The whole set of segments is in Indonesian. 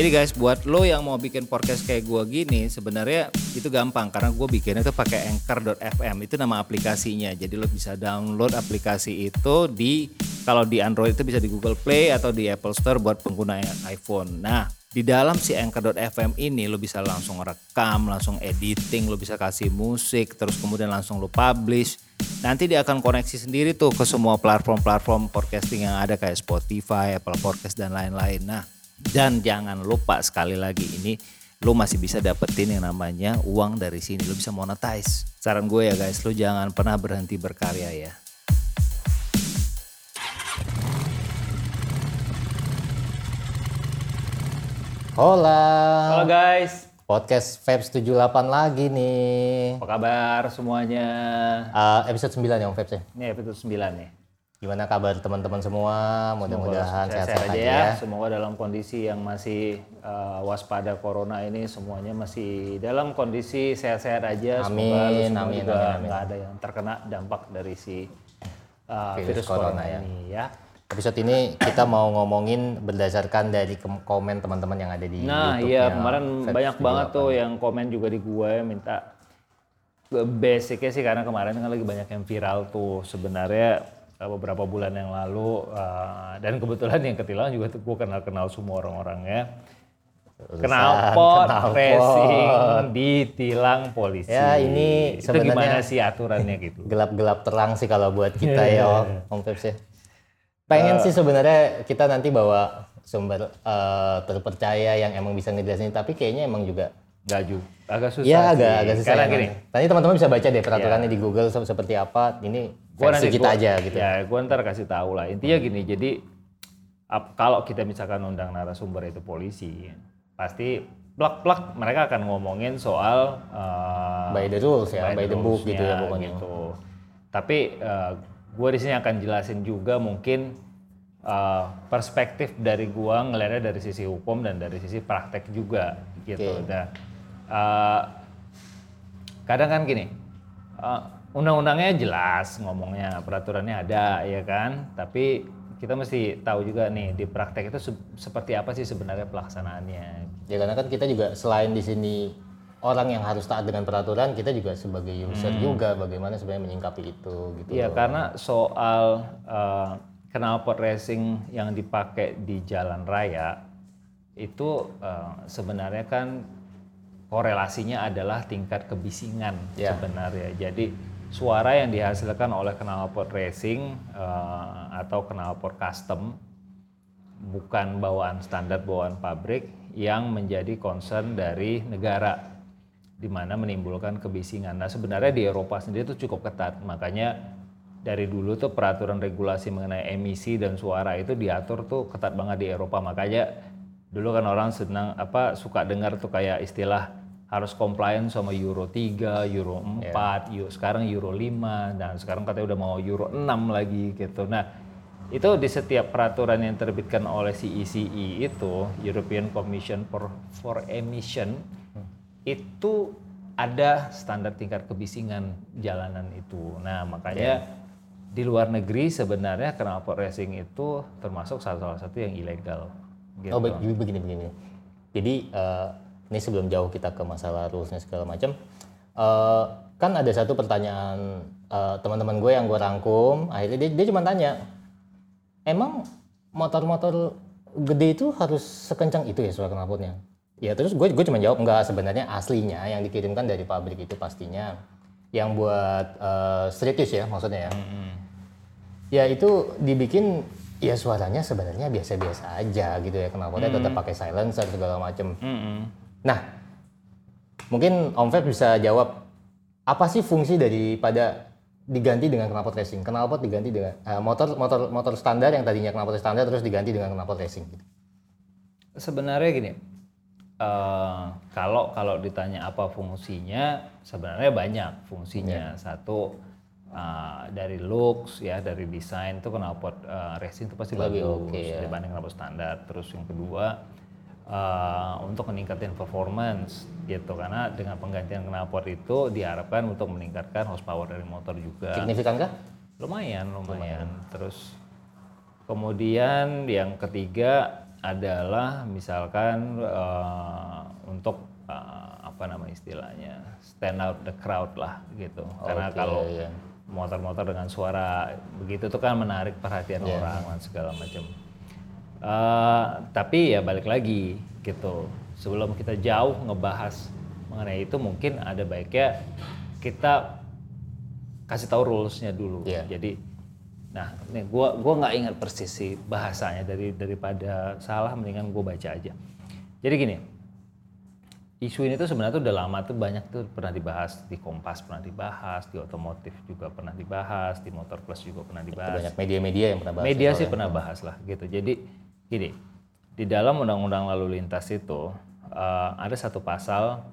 Jadi guys, buat lo yang mau bikin podcast kayak gua gini, sebenarnya itu gampang karena gue bikinnya tuh pakai Anchor.fm. Itu nama aplikasinya. Jadi lo bisa download aplikasi itu kalau di Android itu bisa di Google Play atau di Apple Store buat pengguna iPhone. Nah, di dalam si Anchor.fm ini lo bisa langsung rekam, langsung editing, lo bisa kasih musik, terus kemudian langsung lo publish. Nanti dia akan koneksi sendiri tuh ke semua platform-platform podcasting yang ada kayak Spotify, Apple Podcast dan lain-lain. Nah, dan jangan lupa sekali lagi ini lo masih bisa dapetin yang namanya uang dari sini. Lo bisa monetize. Saran gue ya guys, lo jangan pernah berhenti berkarya ya. Hola. Halo guys. Podcast Vibes 78 lagi nih. Apa kabar semuanya? Episode 9 ya Om Vibes ya? Ini episode 9 nih. Gimana kabar teman-teman semua? Mudah-mudahan sehat-sehat aja ya. Semoga dalam kondisi yang masih waspada corona ini semuanya masih dalam kondisi sehat-sehat aja. Amin, Semoga amin, juga amin. nggak ada yang terkena dampak dari si Virus corona ya. ini ya. Episode ini kita mau ngomongin berdasarkan dari komen teman-teman yang ada di Nah YouTube-nya iya kemarin Vibes banyak banget 78. tuh yang komen juga di gue minta basicnya sih karena kemarin kan lagi banyak yang viral tuh sebenarnya beberapa bulan yang lalu dan kebetulan yang ketilang juga tuh gue kenal semua orang-orangnya. Knalpot racing ditilang polisi. Ya ini itu sebenarnya gimana sih aturannya gitu? gelap-gelap terang sih kalau buat kita ya Om Vibes ya. Pengen sih sebenarnya kita nanti bawa sumber terpercaya yang emang bisa ngejelasin, tapi kayaknya emang juga Nggak juga, agak susah ya sih. agak susah. Karena ya, gini, nanti teman-teman bisa baca deh peraturannya di Google seperti apa. Ini versi kita aja gitu. Ya, gue ntar kasih tahu lah. Intinya gini, jadi kalau kita misalkan undang narasumber itu polisi, pasti plak-plak mereka akan ngomongin soal By the rules ya, by the book gitu ya pokoknya. Gitu. Tapi gue di sini akan jelasin juga mungkin perspektif dari gue ngelihatnya dari sisi hukum dan dari sisi praktek juga gitu. Nah, kadang kan gini, undang-undangnya jelas ngomongnya, peraturannya ada ya kan, tapi kita mesti tahu juga nih di praktek itu seperti apa sih sebenarnya pelaksanaannya. Ya karena kan kita juga selain di sini orang yang harus taat dengan peraturan, kita juga sebagai user juga bagaimana sebenarnya menyingkapi itu gitu. Iya, karena soal knalpot racing yang dipakai di jalan raya itu sebenarnya kan korelasinya adalah tingkat kebisingan sebenarnya. Jadi suara yang dihasilkan oleh knalpot racing atau knalpot custom bukan bawaan standar, bawaan pabrik yang menjadi concern dari negara di mana menimbulkan kebisingan. Nah sebenarnya di Eropa sendiri itu cukup ketat, makanya dari dulu tuh peraturan regulasi mengenai emisi dan suara itu diatur tuh ketat banget di Eropa. Makanya dulu kan orang suka dengar tuh kayak istilah harus compliant sama Euro 3, Euro 4, sekarang Euro 5, dan sekarang katanya udah mau Euro 6 lagi gitu. Nah itu di setiap peraturan yang terbitkan oleh CECE itu, European Commission for Emission, itu ada standar tingkat kebisingan jalanan itu. Nah makanya di luar negeri sebenarnya knalpot racing itu termasuk salah satu yang ilegal. Gitu. Oh begini. Jadi ini sebelum jauh kita ke masalah rulesnya segala macam, kan ada satu pertanyaan teman-teman gue yang gue rangkum. Akhirnya dia cuma tanya, emang motor-motor gede itu harus sekencang itu ya suara knalpotnya? Ya terus gue cuma jawab enggak, sebenarnya aslinya yang dikirimkan dari pabrik itu pastinya yang buat street use ya maksudnya ya. Ya itu dibikin ya suaranya sebenarnya biasa-biasa aja gitu ya, knalpotnya tetap pakai silencer segala macem. Nah mungkin Om Feb bisa jawab apa sih fungsi daripada diganti dengan knalpot racing? Knalpot diganti dengan motor standar yang tadinya knalpot standar terus diganti dengan knalpot racing gitu. Sebenarnya gini, kalau ditanya apa fungsinya, sebenarnya banyak fungsinya. Satu dari looks ya, dari desain itu knalpot racing itu pasti lebih bagus dibanding knalpot standar. Terus yang kedua untuk meningkatkan performance gitu, karena dengan penggantian knalpot itu diharapkan untuk meningkatkan horsepower dari motor juga. Signifikan kah? Lumayan. Terus kemudian yang ketiga adalah misalkan untuk apa nama istilahnya, stand out the crowd lah gitu. Karena kalau motor-motor dengan suara begitu tuh kan menarik perhatian orang dan segala macam. Tapi ya balik lagi gitu. Sebelum kita jauh ngebahas mengenai itu, mungkin ada baiknya kita kasih tahu rules-nya dulu. Jadi, nah, nih gua nggak ingat persis sih bahasanya, daripada salah mendingan gue baca aja. Jadi gini, isu ini tuh sebenarnya tuh udah lama tuh, banyak tuh pernah dibahas di Kompas, pernah dibahas di Otomotif juga pernah dibahas, di Motor Plus juga pernah dibahas. Banyak media-media yang pernah bahas. Media sih pernah bahas lah gitu. Jadi gini, di dalam Undang-Undang Lalu Lintas itu ada satu pasal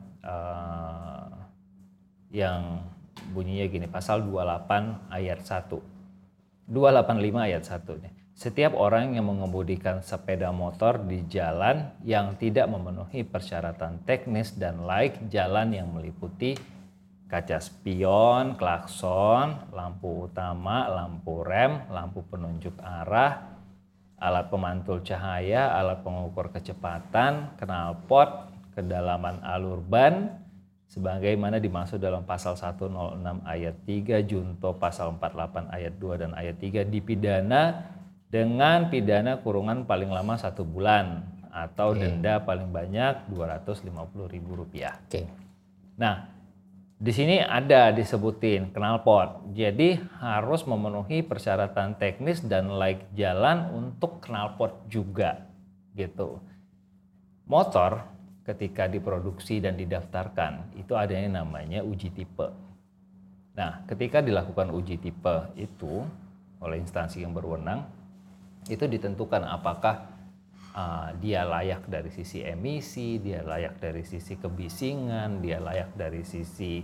yang bunyinya gini, pasal 28 ayat 1. 285 ayat 1 nih. Setiap orang yang mengemudikan sepeda motor di jalan yang tidak memenuhi persyaratan teknis dan laik jalan yang meliputi kaca spion, klakson, lampu utama, lampu rem, lampu penunjuk arah, alat pemantul cahaya, alat pengukur kecepatan, knalpot, kedalaman alur ban, sebagaimana dimaksud dalam pasal 106 ayat 3 junto pasal 48 ayat 2 dan ayat 3 dipidana dengan pidana kurungan paling lama 1 bulan atau denda paling banyak Rp250.000. Nah, di sini ada disebutin knalpot. Jadi harus memenuhi persyaratan teknis dan laik jalan untuk knalpot juga gitu. Motor ketika diproduksi dan didaftarkan itu ada yang namanya uji tipe. Nah, ketika dilakukan uji tipe itu oleh instansi yang berwenang, itu ditentukan apakah dia layak dari sisi emisi, dia layak dari sisi kebisingan, dia layak dari sisi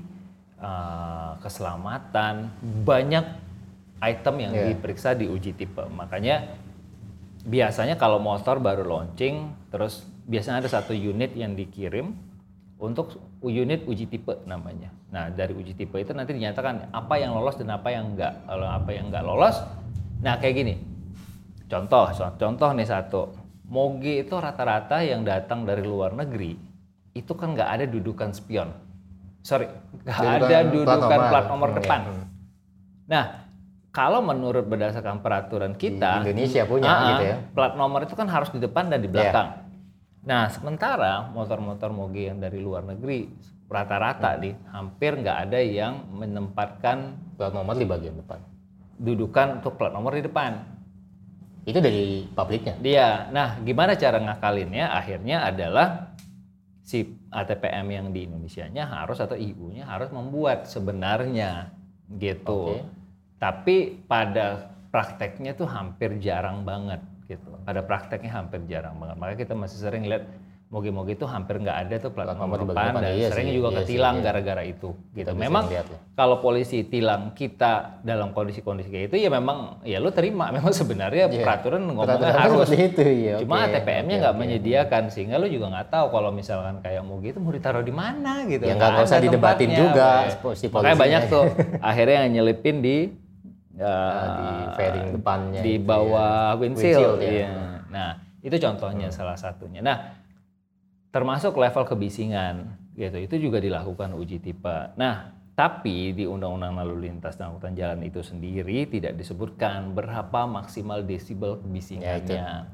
keselamatan. Banyak item yang diperiksa di uji tipe. Makanya biasanya kalau motor baru launching, terus biasanya ada satu unit yang dikirim untuk unit uji tipe namanya. Nah, dari uji tipe itu nanti dinyatakan apa yang lolos dan apa yang enggak. Kalau apa yang enggak lolos, nah kayak gini. Contoh nih satu. Moge itu rata-rata yang datang dari luar negeri, itu kan nggak ada dudukan spion. Nggak ada dudukan plat nomor depan. Nah, kalau menurut berdasarkan peraturan kita, di Indonesia punya gitu ya. Plat nomor itu kan harus di depan dan di belakang. Nah, sementara motor-motor moge yang dari luar negeri rata-rata nih hampir nggak ada yang menempatkan plat nomor di bagian depan. Dudukan untuk plat nomor di depan. Itu dari pabriknya? Iya. Nah, gimana cara ngakalinnya? Akhirnya adalah si ATPM yang di Indonesianya harus atau IU-nya harus membuat sebenarnya gitu. Tapi pada prakteknya tuh hampir jarang banget gitu. Pada prakteknya hampir jarang banget. Makanya kita masih sering lihat moge-moge itu hampir nggak ada tuh plat nomor depan dan sering juga ketilang gara-gara itu gitu. Memang kalau polisi tilang kita dalam kondisi-kondisi kayak itu ya memang ya lu terima. Memang sebenarnya peraturan ngomongnya harus itu, cuma ATPM-nya nggak menyediakan sehingga lu juga nggak tahu kalau misalkan kayak moge itu mau ditaruh di mana gitu. Ya nggak usah didebatin juga si polisinya. Makanya banyak tuh akhirnya yang nyelipin di fairing depannya di bawah windshield ya. Nah, itu contohnya salah satunya. Nah, termasuk level kebisingan gitu. Itu juga dilakukan uji tipe. Nah, tapi di Undang-Undang Lalu Lintas dan Angkutan Jalan itu sendiri tidak disebutkan berapa maksimal desibel kebisingannya.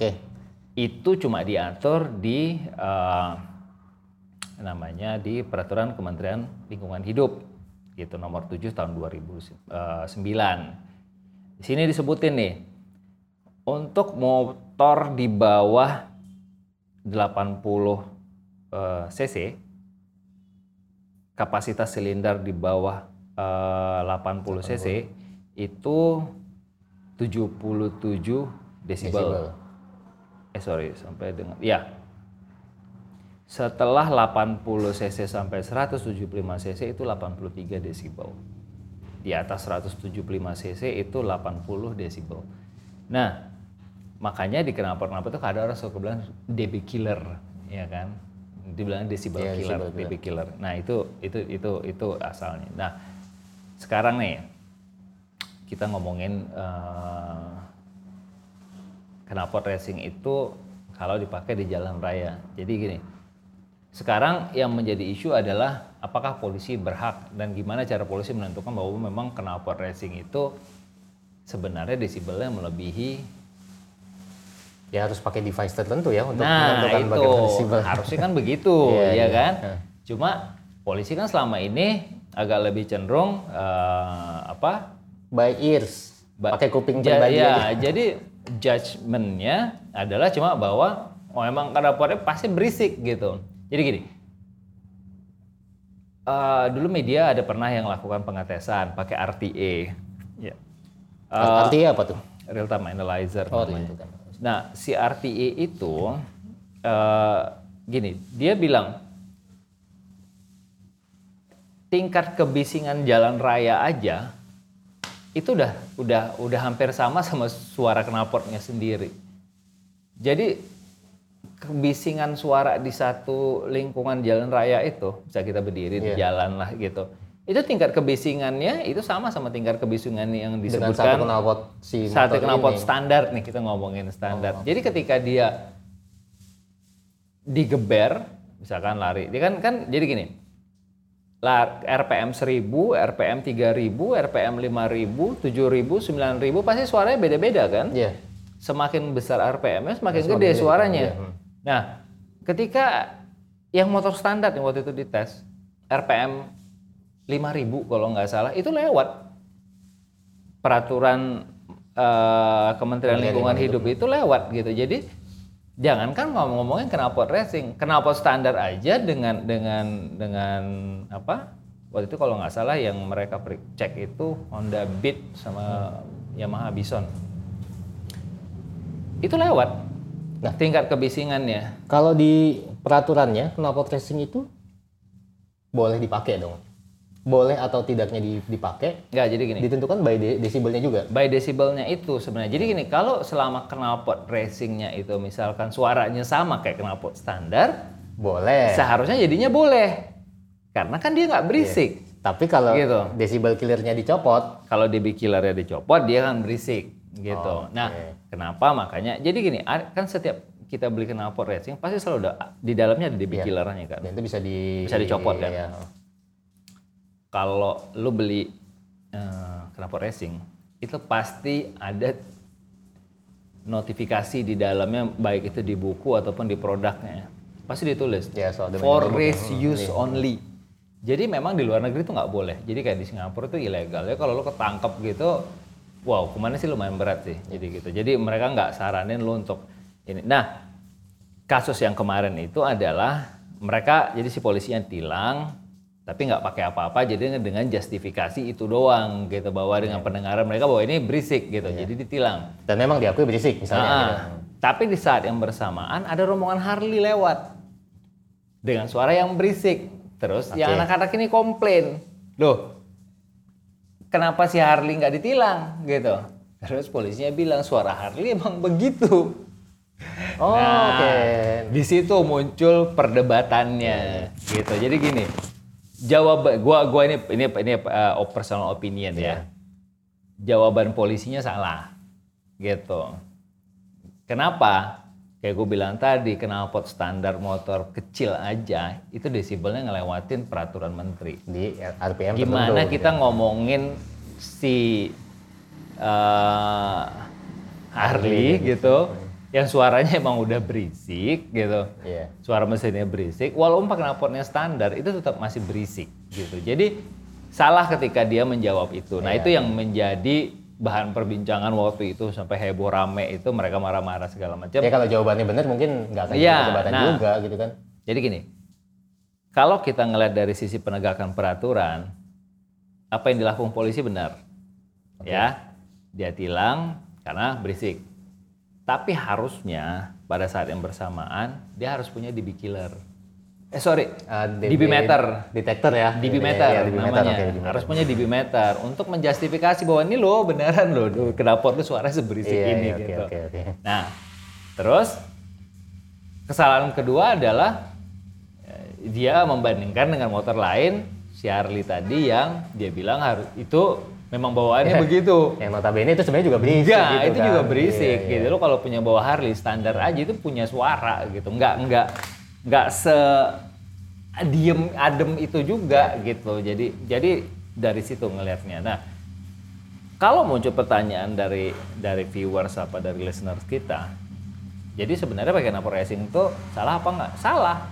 Itu cuma diatur di namanya di Peraturan Kementerian Lingkungan Hidup. Gitu nomor 7 tahun 2009. Di sini disebutin nih, untuk motor di bawah 80 cc, kapasitas silinder di bawah 80 cc itu 77 desibel. Sampai dengan setelah 80 cc sampai 175 cc itu 83 desibel. Di atas 175 cc itu 80 desibel. Nah, makanya di knalpot itu ada orang suka bilang dB killer, ya kan? Dibilang desibel killer, dB killer. Nah, itu asalnya. Nah, sekarang nih kita ngomongin knalpot racing itu kalau dipakai di jalan raya. Jadi gini, sekarang yang menjadi isu adalah apakah polisi berhak dan gimana cara polisi menentukan bahwa memang knalpot racing itu sebenarnya desibelnya melebihi. Ya harus pakai device tertentu ya untuk Nah menentukan itu bagaimana desibel. harusnya kan begitu, Iya, ya iya. kan? Cuma polisi kan selama ini agak lebih cenderung By ears, pakai kuping pribadi ya, aja. jadi judgement-nya adalah cuma bahwa emang knalpotnya pasti berisik gitu. Jadi gini, dulu media ada pernah yang lakukan pengetesan pakai RTA, ya. Artinya apa tuh? Real time analyzer Oh, namanya. itu kan. Nah, si RTA itu gini, dia bilang tingkat kebisingan jalan raya aja itu udah hampir sama suara knalpotnya sendiri. Jadi kebisingan suara di satu lingkungan jalan raya itu, bisa kita berdiri di jalan lah gitu. Itu tingkat kebisingannya itu sama tingkat kebisingan yang disebutkan dengan satu knalpot satu knalpot standar nih, kita ngomongin standar. Jadi ketika dia digeber, misalkan lari, dia kan jadi gini. RPM 1000, RPM 3000, RPM 5000, 7000, 9000 pasti suaranya beda-beda kan? Iya. Semakin besar RPM-nya semakin gede suaranya. Nah, ketika yang motor standar yang waktu itu dites RPM 5000 kalau nggak salah itu lewat peraturan Kementerian Lingkungan Hidup itu lewat gitu. Jadi jangankan ngomongin knalpot racing, knalpot standar aja dengan apa? Waktu itu kalau nggak salah yang mereka cek itu Honda Beat sama Yamaha Bison. Itu lewat. Nah, tingkat kebisingannya. Kalau di peraturannya knalpot racing itu boleh dipakai dong. Boleh atau tidaknya dipakai? Nggak, jadi gini. Ditentukan by desibelnya juga. By desibelnya itu sebenarnya. Jadi gini, kalau selama knalpot racingnya itu misalkan suaranya sama kayak knalpot standar, boleh. Seharusnya jadinya boleh. Karena kan dia nggak berisik. Tapi kalau gitu. desibel killernya dicopot, kalau DB killernya dicopot, dia kan berisik gitu. Nah, kenapa makanya? Jadi gini, kan setiap kita beli knalpot racing pasti selalu ada di dalamnya ada DB killernya kan. dan itu bisa dicopot kan. Iya. Kalau lu beli knalpot racing, itu pasti ada notifikasi di dalamnya, baik itu di buku ataupun di produknya. Pasti ditulis for race use only. Jadi memang di luar negeri itu nggak boleh. Jadi kayak di Singapura itu ilegal ya. Kalau lu ketangkep gitu, wow, hukumannya sih lumayan berat sih. Jadi gitu. Jadi mereka nggak saranin lu untuk ini. Nah, kasus yang kemarin itu adalah mereka, jadi si polisinya tilang, tapi nggak pakai apa-apa, jadi dengan justifikasi itu doang gitu, bahwa dengan pendengaran mereka bahwa ini berisik gitu, jadi ditilang. Dan memang diakui berisik misalnya. Gitu. Tapi di saat yang bersamaan ada rombongan Harley lewat dengan suara yang berisik. Terus yang anak-anak ini komplain, loh kenapa si Harley nggak ditilang gitu. Terus polisinya bilang suara Harley emang begitu. Di situ muncul perdebatannya gitu. Jadi gini, jawaban gua ini personal opinion ya. Jawaban polisinya salah gitu. Kenapa? Kayak gue bilang tadi, knalpot standar motor kecil aja itu desibelnya ngelewatin peraturan menteri. Di RPM gimana kita ngomongin si Harley gitu, yang suaranya emang udah berisik gitu, suara mesinnya berisik, walaupun knalpotnya standar itu tetap masih berisik gitu. Jadi salah ketika dia menjawab itu. Nah itu yang menjadi bahan perbincangan waktu itu, sampai heboh rame itu, mereka marah-marah segala macam. Ya kalau jawabannya benar mungkin nggak akan jadi perdebatan juga gitu kan. Jadi gini, kalau kita ngeliat dari sisi penegakan peraturan, apa yang dilakukan polisi benar. Ya, dia tilang karena berisik. Tapi harusnya pada saat yang bersamaan dia harus punya DB killer. DB meter. Detektor ya. DB meter namanya. Harus punya DB meter untuk menjustifikasi bahwa ini loh beneran loh knalpot lu suaranya seberisik ini gitu. Nah, terus kesalahan kedua adalah dia membandingkan dengan motor lain, si Harley tadi yang dia bilang harus itu memang bawaannya begitu. Yang notabene itu sebenarnya juga berisik Enggak, gitu itu kan. juga berisik Iya. gitu. Lo kalau punya bawa Harley standar aja itu punya suara gitu. Enggak diem adem itu juga gitu. Jadi dari situ ngelihatnya. Nah, kalau muncul pertanyaan dari viewers apa dari listeners kita, jadi sebenarnya pakai knalpot racing itu salah apa enggak? Salah.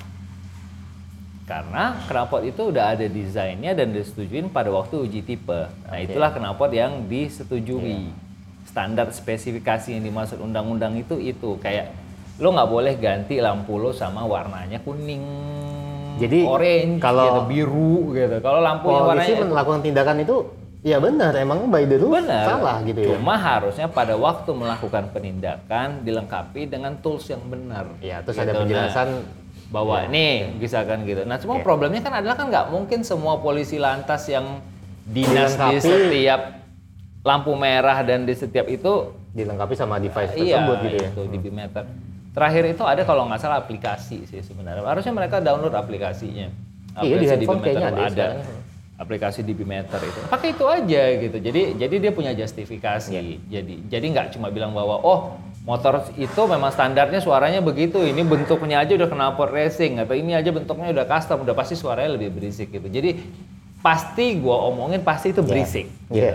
Karena knalpot itu udah ada desainnya dan disetujuin pada waktu uji tipe. Nah, itulah knalpot yang disetujui. Standar spesifikasi yang dimaksud undang-undang itu kayak lo nggak boleh ganti lampu lo sama warnanya kuning, Jadi orange, kalau gitu, biru gitu. Kalau lampunya polisi warnanya melakukan tindakan itu ya benar, emang by the rules benar, salah gitu ya. Cuma harusnya pada waktu melakukan penindakan dilengkapi dengan tools yang benar. Ya, terus gitu. ada penjelasan Bahwa nih misalkan gitu. Nah, cuma problemnya kan adalah kan nggak mungkin semua polisi lantas yang dinas di setiap lampu merah dan di setiap itu dilengkapi sama device tersebut gitu ya. Itu di Bimeter. Terakhir itu ada kalau nggak salah aplikasi sih sebenarnya. Harusnya mereka download aplikasinya. Iya, di handphone Bimeter kayaknya ada. Aplikasi di Bimeter itu. Pakai itu aja gitu. Jadi dia punya justifikasi. Jadi nggak cuma bilang bahwa motor itu memang standarnya suaranya begitu, ini bentuknya aja udah knalpot racing atau ini aja bentuknya udah custom, udah pasti suaranya lebih berisik gitu. Jadi pasti gua omongin pasti itu berisik. Gitu.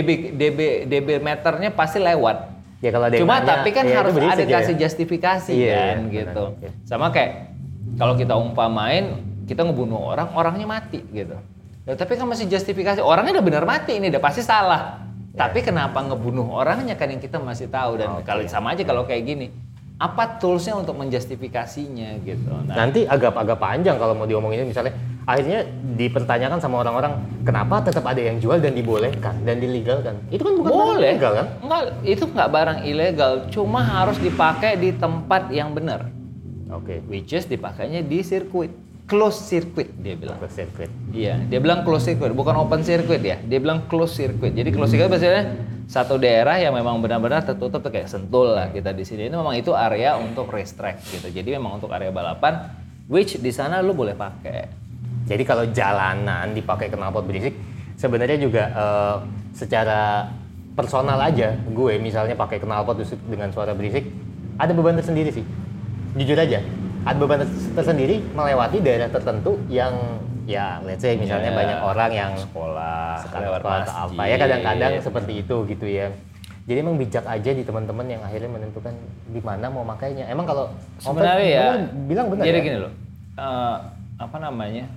dB meternya pasti lewat. Ya kalau ada yang Cuma nanya, tapi kan ya harus itu berisik ada kasih justifikasi kan gitu. Sama kayak kalau kita umpamain kita ngebunuh orang, orangnya mati gitu. Ya, tapi kan masih justifikasi, orangnya udah benar mati ini udah pasti salah. Tapi kenapa ngebunuh orangnya kan yang kita masih tahu dan kalau sama aja kalau kayak gini. Apa toolsnya untuk menjustifikasinya gitu. Nah, nanti agak panjang kalau mau diomongin misalnya akhirnya dipertanyakan sama orang-orang kenapa tetap ada yang jual dan dibolehkan dan dilegalkan. Itu kan bukan barang ilegal kan? Enggak, itu enggak barang ilegal, cuma harus dipakai di tempat yang benar. Oke. Which is dipakainya di sirkuit. Close circuit dia bilang. Close circuit. Iya, dia bilang close circuit, bukan open circuit ya. Dia bilang close circuit. Jadi close circuit biasanya satu daerah yang memang benar-benar tertutup tuh kayak Sentul lah kita di sini. Ini memang itu area untuk racetrack gitu. Jadi memang untuk area balapan, which di sana lu boleh pakai. Jadi kalau jalanan dipakai knalpot berisik, sebenarnya juga secara personal aja, gue misalnya pakai knalpot dengan suara berisik, ada beban tersendiri sih. Jujur aja, ada beban tersendiri melewati daerah tertentu yang ya let's say misalnya banyak orang yang sekolah, lewat atau apa ya kadang-kadang seperti itu gitu ya. Jadi emang bijak aja di teman-teman yang akhirnya menentukan di mana mau makainya. Emang kalau sebenarnya ya bilang benar jadi ya? gini loh. Apa namanya?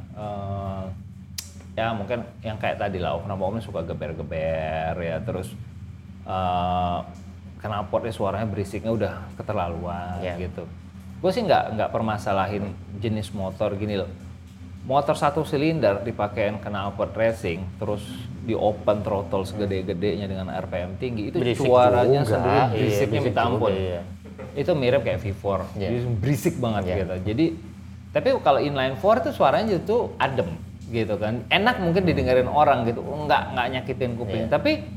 Ya mungkin yang kayak tadi lah, oknum-oknum suka geber-geber ya, terus knalpotnya suaranya berisiknya udah keterlaluan gitu. Gue sih nggak permasalahin jenis motor gini loh. Motor satu silinder dipakein knalpot racing, terus di open throttle segede-gedenya dengan RPM tinggi, itu berisik suaranya juga. sendiri berisiknya minta ampun. Iya. Itu mirip kayak V4, jadi berisik banget gitu. Jadi tapi kalau inline 4 itu suaranya itu adem gitu kan, enak mungkin didengarin orang gitu, nggak nyakitin kuping. Tapi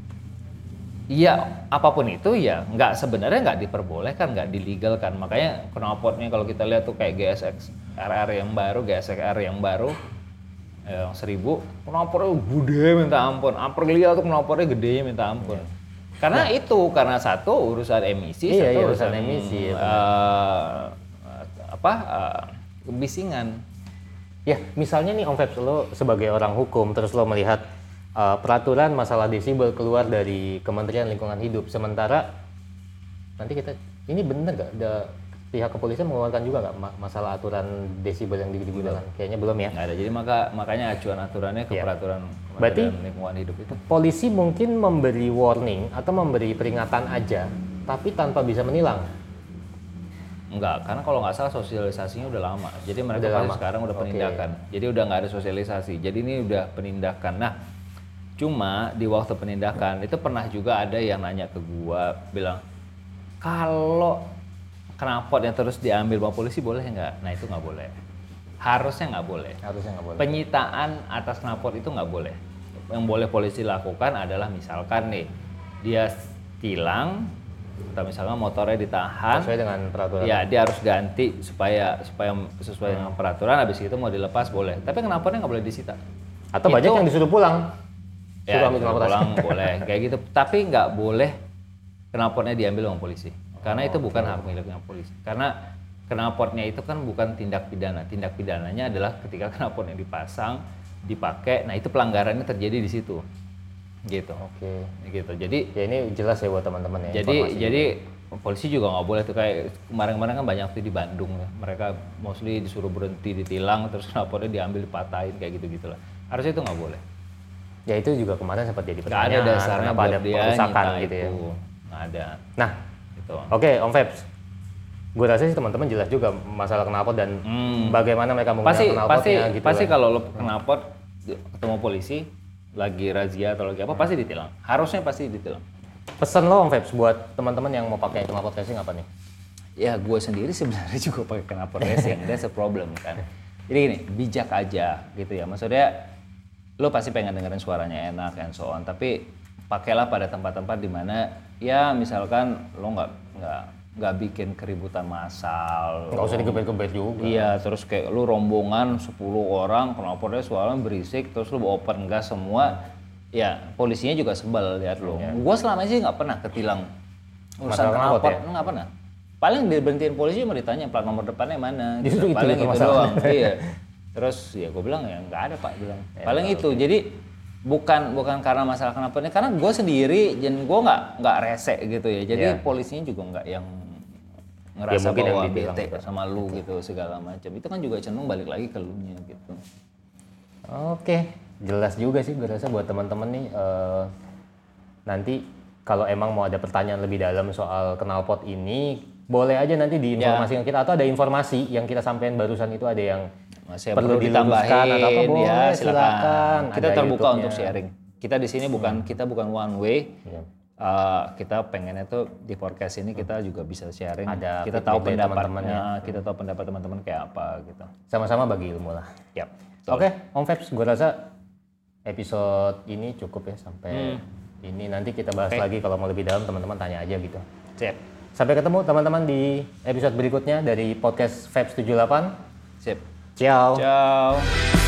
ya apapun itu ya sebenarnya nggak diperbolehkan, nggak dilegalkan. Makanya knalpotnya kalau kita lihat tuh kayak GSX RR yang baru, GSX R yang baru yang 1000, knalpotnya gede minta ampun. Aprilia tuh knalpotnya gedenya minta ampun. Karena karena satu urusan emisi, satu urusan emisi. Kebisingan. Ya, misalnya nih Om Febs, lo sebagai orang hukum, terus lo melihat peraturan masalah desibel keluar dari Kementerian Lingkungan Hidup, sementara nanti ini bener nggak? Pihak kepolisian mengeluarkan juga nggak masalah aturan desibel yang digunakan? Kayaknya belum ya? Nggak ada, jadi makanya acuan aturannya ke peraturan Kementerian Lingkungan Hidup itu. Polisi mungkin memberi warning atau memberi peringatan aja, tapi tanpa bisa menilang. Enggak, karena kalau nggak salah sosialisasinya udah lama. Jadi mereka sekarang udah penindakan. Jadi udah nggak ada sosialisasi. Jadi ini udah penindakan. Nah, cuma di waktu penindakan itu pernah juga ada yang nanya ke gua, bilang kalau knalpot yang terus diambil sama polisi boleh nggak? Nah itu nggak boleh. Harusnya nggak boleh. Penyitaan atas knalpot itu nggak boleh. Yang boleh polisi lakukan adalah misalkan nih dia tilang, atau misalnya motornya ditahan sesuai dengan peraturan. Ya, dia harus ganti supaya sesuai dengan peraturan. Habis itu mau dilepas boleh. Tapi knalpotnya nggak boleh disita. Atau banyak yang disuruh pulang. Ya, pulang boleh kayak gitu. Tapi nggak boleh knalpotnya diambil sama polisi. Karena itu bukan hak miliknya polisi. Karena knalpotnya itu kan bukan tindak pidana. Tindak pidananya adalah ketika knalpotnya dipasang, dipakai. Nah itu pelanggarannya terjadi di situ. Gitu. Oke. Gitu. Jadi ya ini jelas ya buat teman-teman ya. Jadi polisi juga nggak boleh tuh, kayak kemarin-kemarin kan banyak tuh di Bandung ya. Mereka mostly disuruh berhenti, ditilang, terus knalpotnya diambil, dipatahin kayak gitu-gitulah. Harusnya itu nggak boleh. Ya itu juga kemarin sempat jadi pertanyaan. Nggak ada dasarnya buat dia perusakan gitu itu. ya. Nggak ada. Nah, gitu. Oke, Om Febs. Gue rasa sih teman-teman jelas juga masalah knalpot dan bagaimana mereka menggunakan knalpotnya gitu. Pasti kalau lo knalpot ketemu polisi lagi razia atau lagi apa pasti ditilang. Harusnya pasti ditilang. Pesan lo Om Febs buat teman-teman yang mau pakai knalpot racing apa nih? Ya gue sendiri sebenarnya juga pakai knalpot racing. That's a problem kan. Jadi gini, bijak aja gitu ya. Maksudnya lo pasti pengen dengerin suaranya enak and so on, tapi pakailah pada tempat-tempat di mana ya misalkan lo nggak bikin keributan massal. Nggak usah digebet-gebet juga. Iya, terus kayak lu rombongan 10 orang, knalpotnya suaranya berisik, terus lu open gas semua. Ya, polisinya juga sebel lihat lo. Ya. Gua selama ini nggak pernah ketilang urusan knalpot, ya? Nggak pernah. Paling diberhentiin polisi cuma ditanya plat nomor depannya mana. Justru paling itu doang. Iya. Terus ya gue bilang ya nggak ada Pak, bilang. Paling itu. Jadi bukan karena masalah knalpotnya, karena gue sendiri dan gue nggak rese gitu ya. Jadi polisinya juga nggak yang ngerasa ya, bahwa yang bete sama lu gitu segala macam. Itu kan juga cenderung balik lagi ke lu nya gitu. Oke, jelas juga sih gue rasa buat teman-teman nih nanti kalau emang mau ada pertanyaan lebih dalam soal knalpot ini boleh aja nanti diinformasikan kita, atau ada informasi yang kita sampaikan barusan itu ada yang masih perlu ditambahin atau apa, boleh ya, silakan. Kita ada terbuka YouTube-nya untuk sharing. Kita di sini kita bukan one way. Kita pengennya tuh di podcast ini kita juga bisa sharing. Kita tahu pendapatnya, kita tahu pendapat teman-teman kayak apa gitu. Sama-sama bagi ilmu lah. Yap. Oke, Om Febs, gue rasa episode ini cukup ya sampai ini. Nanti kita bahas lagi kalau mau lebih dalam, teman-teman tanya aja gitu. Siap. Sampai ketemu teman-teman di episode berikutnya dari podcast Febs 78. Sip. Ciao. Ciao.